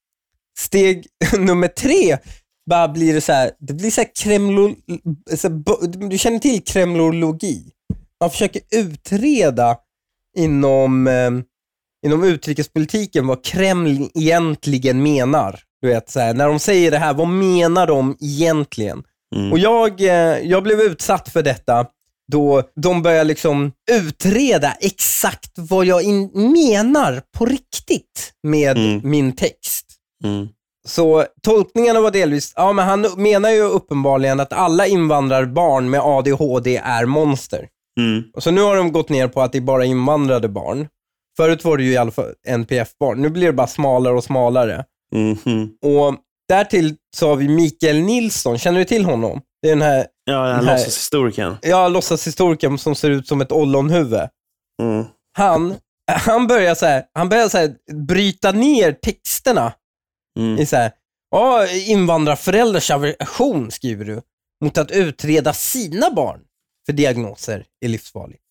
steg nummer tre, bara blir det så här, det blir så här kremlo, så här, du känner till kremlologi. Man försöker utreda inom, eh, inom utrikespolitiken vad Kreml egentligen menar. Du vet, så här, när de säger det här, vad menar de egentligen? Mm. Och jag, eh, jag blev utsatt för detta då de börjar liksom utreda exakt vad jag in- menar på riktigt med mm. min text. Mm. Så tolkningarna var delvis, ja men han menar ju uppenbarligen att alla invandrarbarn med A D H D är monster. Mm. Och så nu har de gått ner på att det är bara invandrade barn. Förut var det ju i alla fall N P F-barn. Nu blir det bara smalare och smalare. Mm-hmm. Och därtill så har vi Mikael Nilsson. Känner du till honom? Det är den här... Ja, den här låtsashistorikern. Ja, låtsashistorikern som ser ut som ett ollonhuvud. Mm. Han, han börjar så här, han börjar så här bryta ner texterna. Mm. I så här, ja, invandrarföräldrars aversion, skriver du, mot att utreda sina barn för diagnoser är livsfarligt.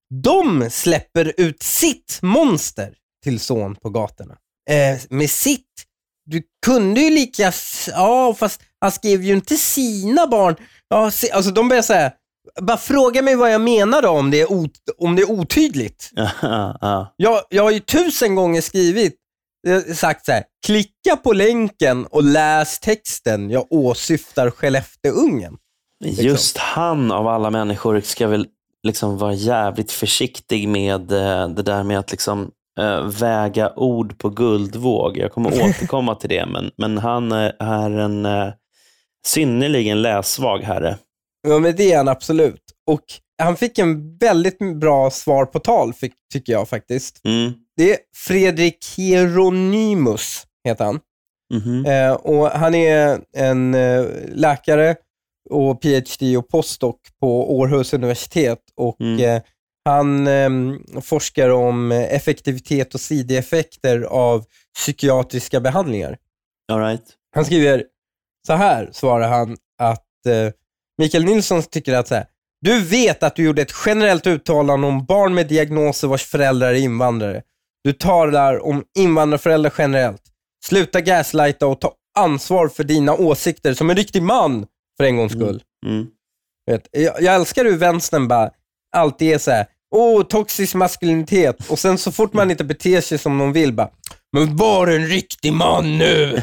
De släpper ut sitt monster till son på gatorna. Eh, med sitt, du kunde ju lika, ja fast han skrev ju inte sina barn. Ja, se, alltså de börjar säga, bara fråga mig vad jag menar då, om det är, ot, om det är otydligt. Ja, ja. Jag, jag har ju tusen gånger skrivit sagt så här: klicka på länken och läs texten. Jag åsyftar Skellefteungen. Liksom. Just han av alla människor ska väl liksom vara jävligt försiktig med eh, det där med att liksom eh, väga ord på guldvåg. Jag kommer återkomma till det, men, men han eh, är en eh, synnerligen läsvag herre. Ja, men det är han absolut. Och han fick en väldigt bra svar på tal, fick, tycker jag faktiskt. Mm. Det är Fredrik Hieronymus, heter han. Mm-hmm. Eh, och han är en eh, läkare och P H D och postdoc på Århus universitet. Och mm. eh, han eh, forskar om effektivitet och sidoeffekter av psykiatriska behandlingar. All right. Han skriver så här, svarar han, att eh, Mikael Nilsson tycker att så här: du vet att du gjorde ett generellt uttalande om barn med diagnoser vars föräldrar är invandrare. Du talar om invandrarföräldrar generellt. Sluta gaslighta och ta ansvar för dina åsikter som en riktig man för en gångs skull. Mm. Mm. Vet, jag, jag älskar hur vänstern bara alltid är så här: åh, toxisk maskulinitet. Och sen så fort man inte beter sig som de vill, bara, men var en riktig man nu.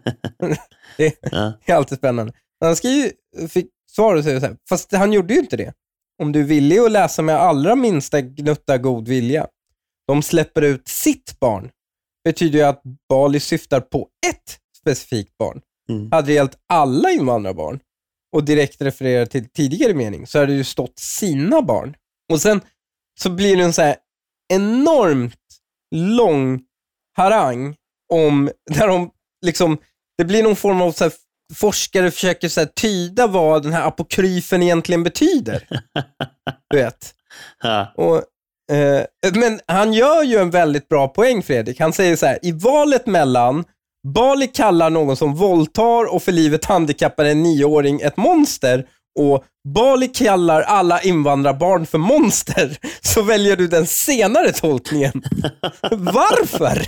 det, ja. det är alltid spännande. Han skrev, fick svar och säga så här, fast han gjorde ju inte det. Om du är villig att läsa med allra minsta gnutta god vilja. De släpper ut sitt barn. Betyder ju att Bali syftar på ett specifikt barn. Mm. Hade det gällt alla invandrarbarn och direkt refererar till tidigare mening, så hade det ju stått sina barn. Och sen så blir det en så här enormt lång harang om, där de liksom, det blir någon form av så här, forskare försöker så här tyda vad den här apokryfen egentligen betyder. Du vet. Ja. Och, eh, men han gör ju en väldigt bra poäng, Fredrik. Han säger så här: i valet mellan Bali kallar någon som våldtar och för livet handikappar en nioåring ett monster och Bali kallar alla invandrarbarn för monster, så väljer du den senare tolkningen. Varför?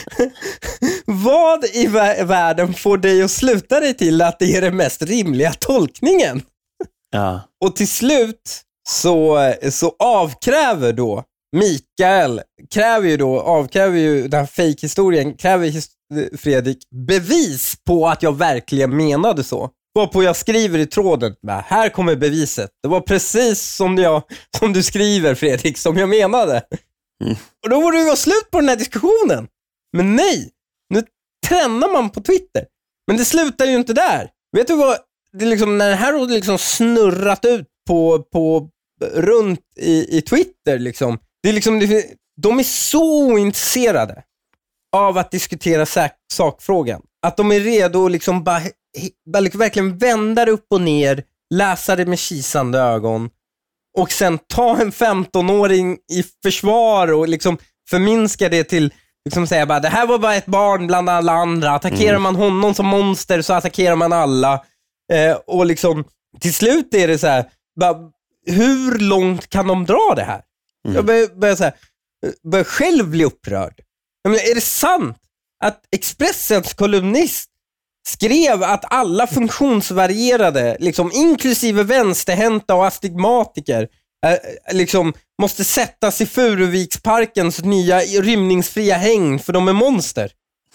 Vad i vä- världen får dig att sluta dig till att det är den mest rimliga tolkningen? Ja. Och till slut så, så avkräver då Mikael, kräver ju då, avkräver ju den här fake-historien, kräver his- Fredrik bevis på att jag verkligen menade så. Varpå jag skriver i tråden, här kommer beviset. Det var precis som, jag, som du skriver, Fredrik, som jag menade. Mm. Och då borde det vara slut på den här diskussionen. Men nej, nu tränar man på Twitter. Men det slutar ju inte där. Vet du vad, det är liksom, när det här har liksom snurrat ut på, på runt i, i Twitter liksom. Det är liksom, det, de är så intresserade av att diskutera sak, sakfrågan. Att de är redo att liksom bara, bara liksom verkligen vända det upp och ner, läsa det med kisande ögon och sen ta en femtonåring i försvar och liksom förminska det till liksom säga bara, det här var bara ett barn bland alla andra. Attackerar mm. man honom som monster så attackerar man alla. Eh, och liksom till slut är det så här, bara, hur långt kan de dra det här? Mm. Jag börjar, börjar, så här, börjar själv bli upprörd. Men är det sant att Expressens kolumnist skrev att alla funktionsvarierade, liksom inklusive vänsterhänta och astigmatiker, eh, liksom måste sättas i Furuviksparkens nya rymningsfria häng för de är monster?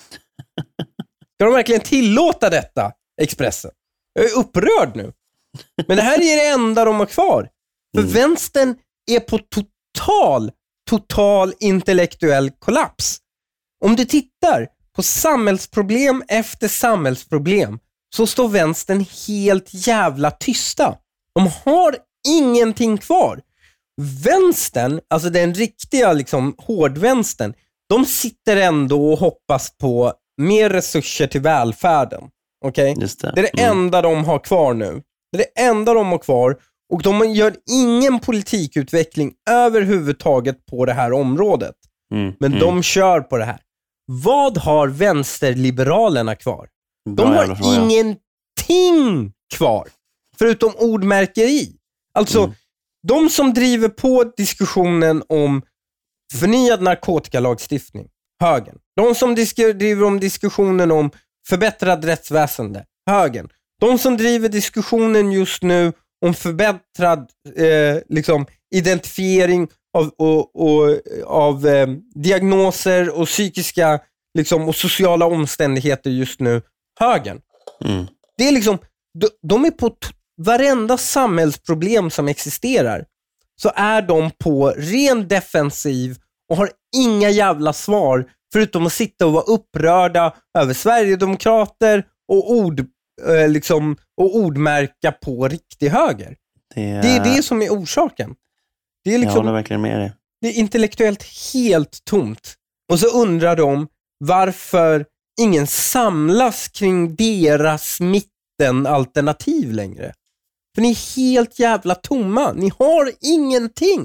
Ska de verkligen tillåta detta, Expressen? Jag är upprörd nu. Men det här är det enda de har kvar. För mm. vänstern är på total, total intellektuell kollaps. Om du tittar på samhällsproblem efter samhällsproblem så står vänstern helt jävla tysta. De har ingenting kvar. Vänstern, alltså den riktiga liksom hårdvänstern, de sitter ändå och hoppas på mer resurser till välfärden. Okej? Okay? Det. det är det mm. enda de har kvar nu. Det är det enda de har kvar. Och de gör ingen politikutveckling överhuvudtaget på det här området. Mm. Men mm. de kör på det här. Vad har vänsterliberalerna kvar? Bra, de har ingenting kvar. Förutom ordmärkeri. Alltså, mm. de som driver på diskussionen om förnyad narkotikalagstiftning, högern. De som disk- driver om diskussionen om förbättrad rättsväsende, högern. De som driver diskussionen just nu om förbättrad eh, liksom, identifiering av, och, och, av eh, diagnoser och psykiska liksom, och sociala omständigheter just nu högern. Mm. Det är liksom, de, de är på t- varenda samhällsproblem som existerar, så är de på ren defensiv och har inga jävla svar förutom att sitta och vara upprörda över Sverigedemokrater och ord eh, liksom, och ordmärka på riktig höger. Det är... det är det som är orsaken. Det är liksom, jag håller verkligen med dig. Det är intellektuellt helt tomt. Och så undrar de varför ingen samlas kring deras mittenalternativ längre. För ni är helt jävla tomma. Ni har ingenting.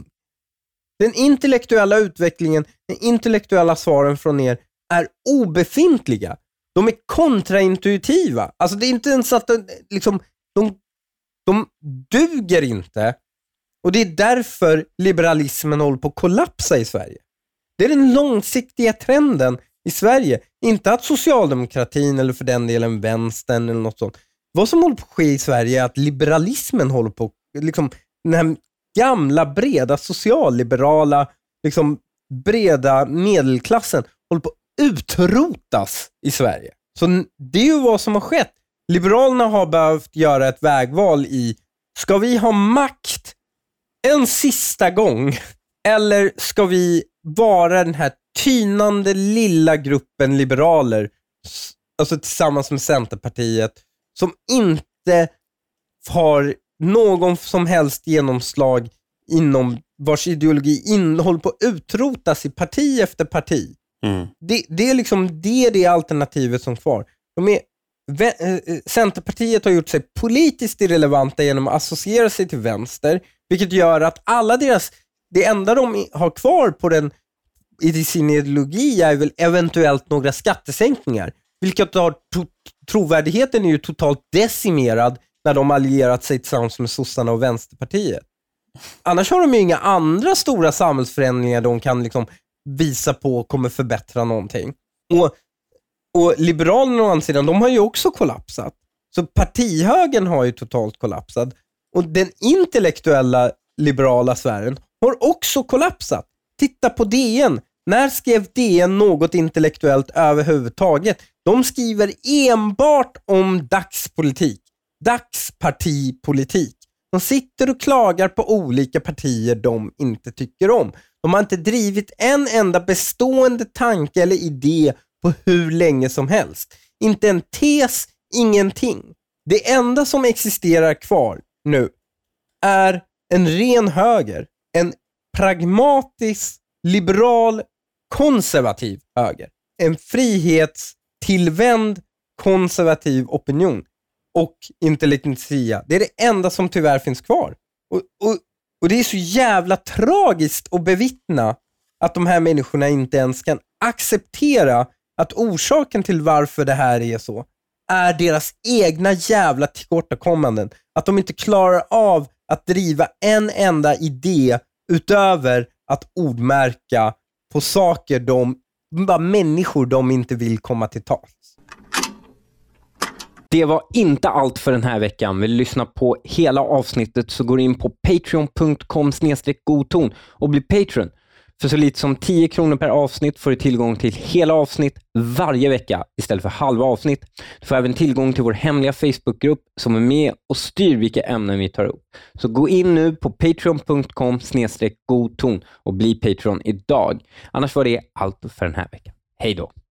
Den intellektuella utvecklingen, de intellektuella svaren från er är obefintliga. De är kontraintuitiva. Alltså det är inte ens att de, liksom, de, de duger inte. Och det är därför liberalismen håller på att kollapsa i Sverige. Det är den långsiktiga trenden i Sverige. Inte att socialdemokratin eller för den delen vänstern eller något sånt. Vad som håller på att ske i Sverige är att liberalismen håller på, liksom den här gamla breda socialliberala, liksom breda medelklassen håller på att utrotas i Sverige. Så det är ju vad som har skett. Liberalerna har behövt göra ett vägval i, ska vi ha makt en sista gång eller ska vi vara den här tynande lilla gruppen liberaler, alltså tillsammans med Centerpartiet, som inte har någon som helst genomslag inom vars ideologi innehåller på att utrotas i parti efter parti. Mm. Det, det är liksom det, det alternativet som kvar. De är, Centerpartiet har gjort sig politiskt irrelevanta genom att associera sig till vänster, vilket gör att alla deras, det enda de har kvar på den i sin ideologi är väl eventuellt några skattesänkningar, vilket har to- trovärdigheten är ju totalt decimerad när de allierat sig tillsammans med sossarna och Vänsterpartiet. Annars har de ju inga andra stora samhällsförändringar de kan liksom visa på kommer förbättra någonting. Och, och Liberalerna å andra sidan, de har ju också kollapsat. Så partihögern har ju totalt kollapsat. Och den intellektuella liberala sfären har också kollapsat. Titta på D N. När skrev D N något intellektuellt överhuvudtaget? De skriver enbart om dagspolitik. Dagspartipolitik. De sitter och klagar på olika partier de inte tycker om. De har inte drivit en enda bestående tanke eller idé på hur länge som helst. Inte en tes, ingenting. Det enda som existerar kvar nu är en ren höger. En pragmatisk, liberal, konservativ höger. En frihetstillvänd, konservativ opinion. Och intellektia. Det är det enda som tyvärr finns kvar. Och, och, och det är så jävla tragiskt att bevittna att de här människorna inte ens kan acceptera att orsaken till varför det här är så är deras egna jävla tillkortakommanden. Att de inte klarar av att driva en enda idé utöver att ordmärka på saker de, bara människor de inte vill komma till tals. Det var inte allt för den här veckan. Vill du lyssna på hela avsnittet så går in på patreon punkt com slash godton och bli Patreon. För så lite som tio kronor per avsnitt får du tillgång till hela avsnitt varje vecka istället för halva avsnitt. Du får även tillgång till vår hemliga Facebookgrupp som är med och styr vilka ämnen vi tar upp. Så gå in nu på patreon punkt com slash godton och bli Patreon idag. Annars var det allt för den här veckan. Hej då!